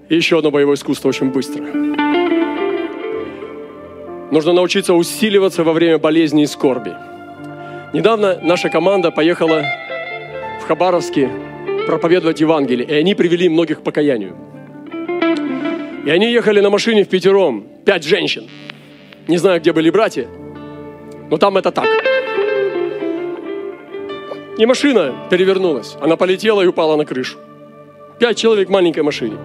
И еще одно боевое искусство очень быстро. Нужно научиться усиливаться во время болезни и скорби. Недавно наша команда поехала в Хабаровске проповедовать Евангелие, и они привели многих к покаянию. И они ехали на машине впятером, 5 женщин. Не знаю, где были братья, но там это так. И машина перевернулась. Она полетела и упала на крышу. 5 человек в маленькой машине.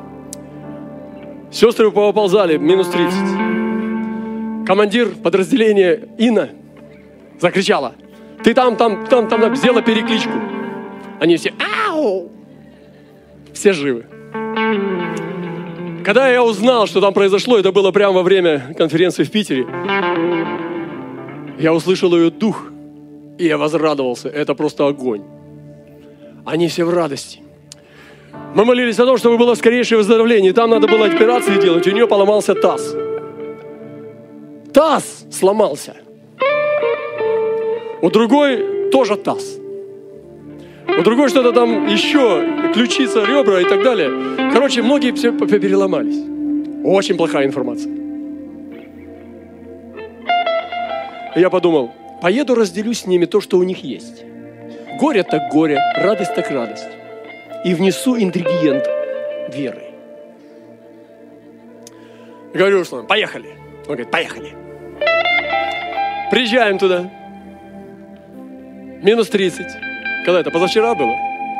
Сестры повыползали, минус 30. Командир подразделения Инна закричала: ты там, сделала перекличку. Они все: ау! Все живы. Когда я узнал, что там произошло, это было прямо во время конференции в Питере, я услышал ее дух, и я возрадовался. Это просто огонь. Они все в радости. Мы молились о том, чтобы было скорейшее выздоровление. Там надо было операции делать. У нее поломался таз. Таз сломался. У другой тоже таз. У другой что-то там еще, ключица, ребра и так далее. Короче, многие все переломались. Очень плохая информация. И я подумал, поеду разделю с ними то, что у них есть. Горе так горе, радость так радость. И внесу ингредиент веры. Говорю Руслану: поехали. Он говорит: поехали. Приезжаем туда. Минус 30. Когда это? Позавчера было?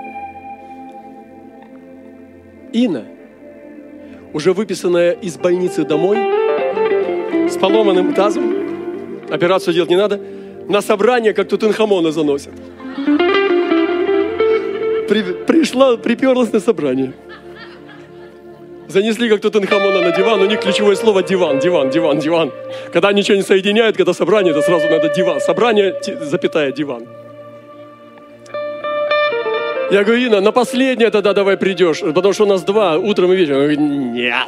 Инна, уже выписанная из больницы домой, с поломанным тазом, операцию делать не надо, на собрание, как Тутанхамона заносят. Приперлась на собрание. Занесли, как Тутанхамона, на диван. У них ключевое слово диван. Когда ничего не соединяют, когда собрание, то сразу надо диван. Собрание, запятая, диван. Я говорю: Инна, на последнее тогда давай придешь, потому что у нас 2, утром и вечером. Она говорит: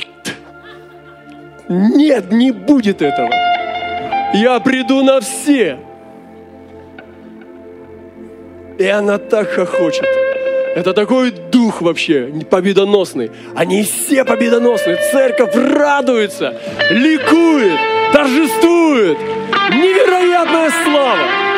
нет, не будет этого. Я приду на все. И она так хохочет. Это такой дух вообще победоносный. Они все победоносные. Церковь радуется, ликует, торжествует. Невероятная слава.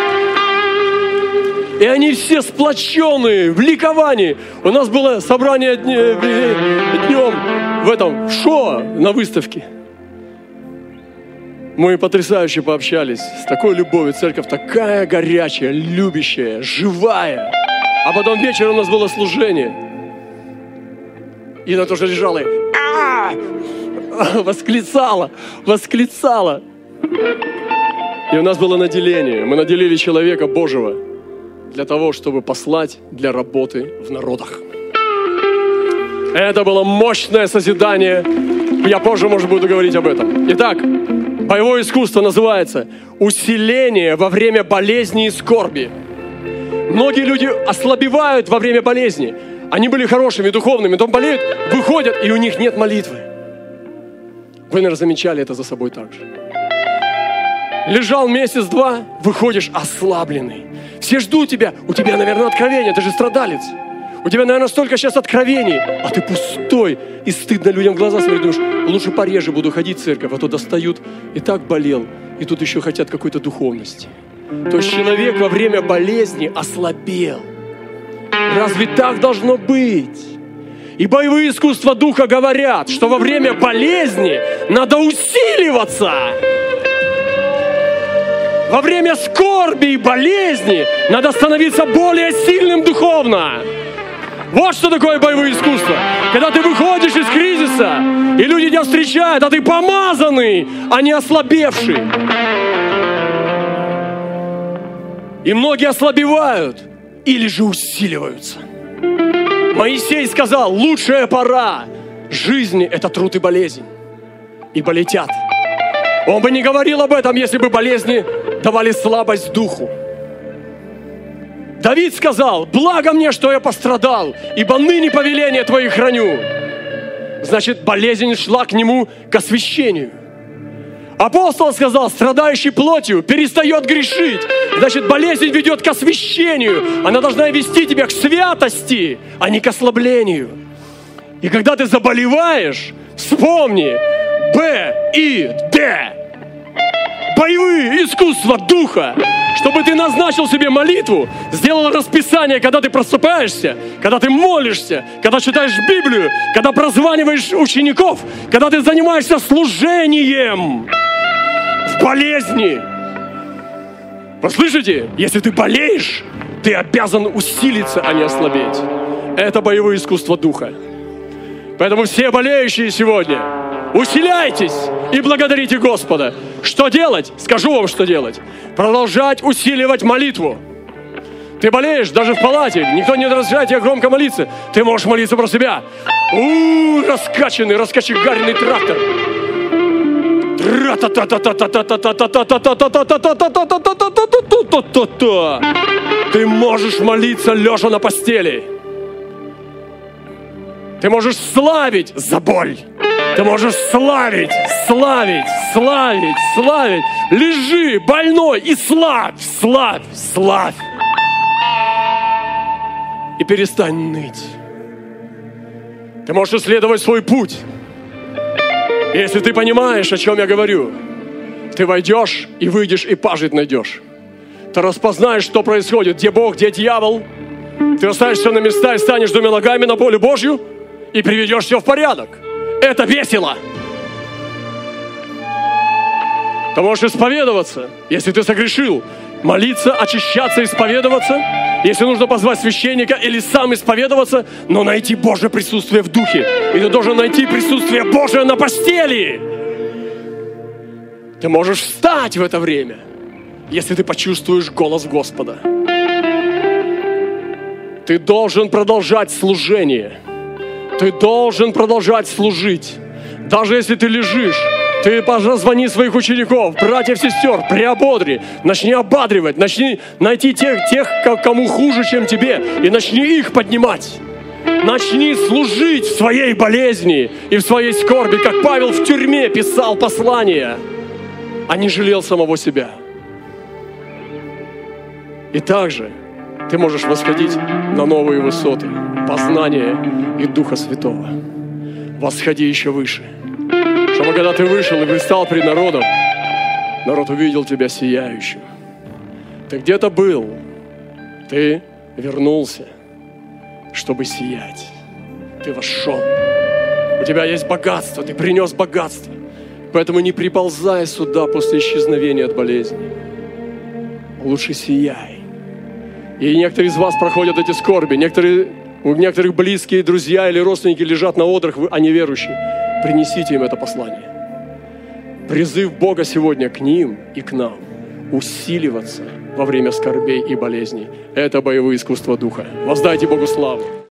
И они все сплоченные, в ликовании. У нас было собрание днем в этом шоу на выставке. Мы потрясающе пообщались. С такой любовью. Церковь такая горячая, любящая, живая. А потом вечером у нас было служение. Инна тоже лежала и восклицала. И у нас было наделение. Мы наделили человека Божьего для того, чтобы послать для работы в народах. Это было мощное созидание. Я позже, может, буду говорить об этом. Итак, боевое искусство называется усиление во время болезни и скорби. Многие люди ослабевают во время болезни. Они были хорошими, духовными, потом болеют, выходят, и у них нет молитвы. Вы, наверное, замечали это за собой также. Лежал месяц-два, выходишь ослабленный. Все ждут тебя. У тебя, наверное, откровение, ты же страдалец. У тебя, наверное, столько сейчас откровений, а ты пустой. И стыдно людям в глаза смотреть, думаешь: лучше пореже буду ходить в церковь, а то достают. И так болел, и тут еще хотят какой-то духовности. То есть человек во время болезни ослабел. Разве так должно быть? И боевые искусства духа говорят, что во время болезни надо усиливаться. Во время скорби и болезни надо становиться более сильным духовно. Вот что такое боевое искусство. Когда ты выходишь из кризиса, и люди тебя встречают, а ты помазанный, а не ослабевший. И многие ослабевают или же усиливаются. Моисей сказал: лучшая пора жизни – это труд и болезнь. Ибо летят. Он бы не говорил об этом, если бы болезни давали слабость духу. Давид сказал: благо мне, что я пострадал, ибо ныне повеление Твои храню. Значит, болезнь шла к нему к освящению. Апостол сказал: страдающий плотью перестает грешить. Значит, болезнь ведет к освящению. Она должна вести тебя к святости, а не к ослаблению. И когда ты заболеваешь, вспомни Б и Д. Боевые искусства духа. Чтобы ты назначил себе молитву, сделал расписание, когда ты просыпаешься, когда ты молишься, когда читаешь Библию, когда прозваниваешь учеников, когда ты занимаешься служением в болезни. Вы слышите? Если ты болеешь, ты обязан усилиться, а не ослабеть. Это боевые искусства духа. Поэтому все болеющие сегодня, усиляйтесь и благодарите Господа. Что делать? Скажу вам, что делать. Продолжать усиливать молитву. Ты болеешь даже в палате, никто не разрешает тебе громко молиться. Ты можешь молиться про себя. Раскачанный, раскочегаренный трактор. Ты можешь молиться лежа на постели. Ты можешь славить за боль. Ты можешь славить. Лежи больной и славь. И перестань ныть. Ты можешь исследовать свой путь. И если ты понимаешь, о чем я говорю, ты войдешь и выйдешь, и пажить найдешь. Ты распознаешь, что происходит, где Бог, где дьявол. Ты оставишь все на места и станешь двумя ногами на волю Божью и приведешь все в порядок. Это весело. Ты можешь исповедоваться, если ты согрешил. Молиться, очищаться, исповедоваться. Если нужно позвать священника или сам исповедоваться, но найти Божье присутствие в духе. И ты должен найти присутствие Божие на постели. Ты можешь встать в это время, если ты почувствуешь голос Господа. Ты должен продолжать служение. Ты должен продолжать служить. Даже если ты лежишь, ты позвони своих учеников, братьев, сестер, приободри, начни ободривать, начни найти тех, кому хуже, чем тебе, и начни их поднимать. Начни служить в своей болезни и в своей скорби, как Павел в тюрьме писал послания, а не жалел самого себя. И также ты можешь восходить на новые высоты познания и Духа Святого. Восходи еще выше. Чтобы когда ты вышел и предстал пред народом, народ увидел тебя сияющим. Ты где-то был, ты вернулся, чтобы сиять. Ты вошел. У тебя есть богатство, ты принес богатство. Поэтому не приползай сюда после исчезновения от болезни. Лучше сияй. И некоторые из вас проходят эти скорби. У некоторых близкие, друзья или родственники лежат на одрах, а не верующие. Принесите им это послание. Призыв Бога сегодня к ним и к нам усиливаться во время скорбей и болезней. Это боевые искусства духа. Воздайте Богу славу.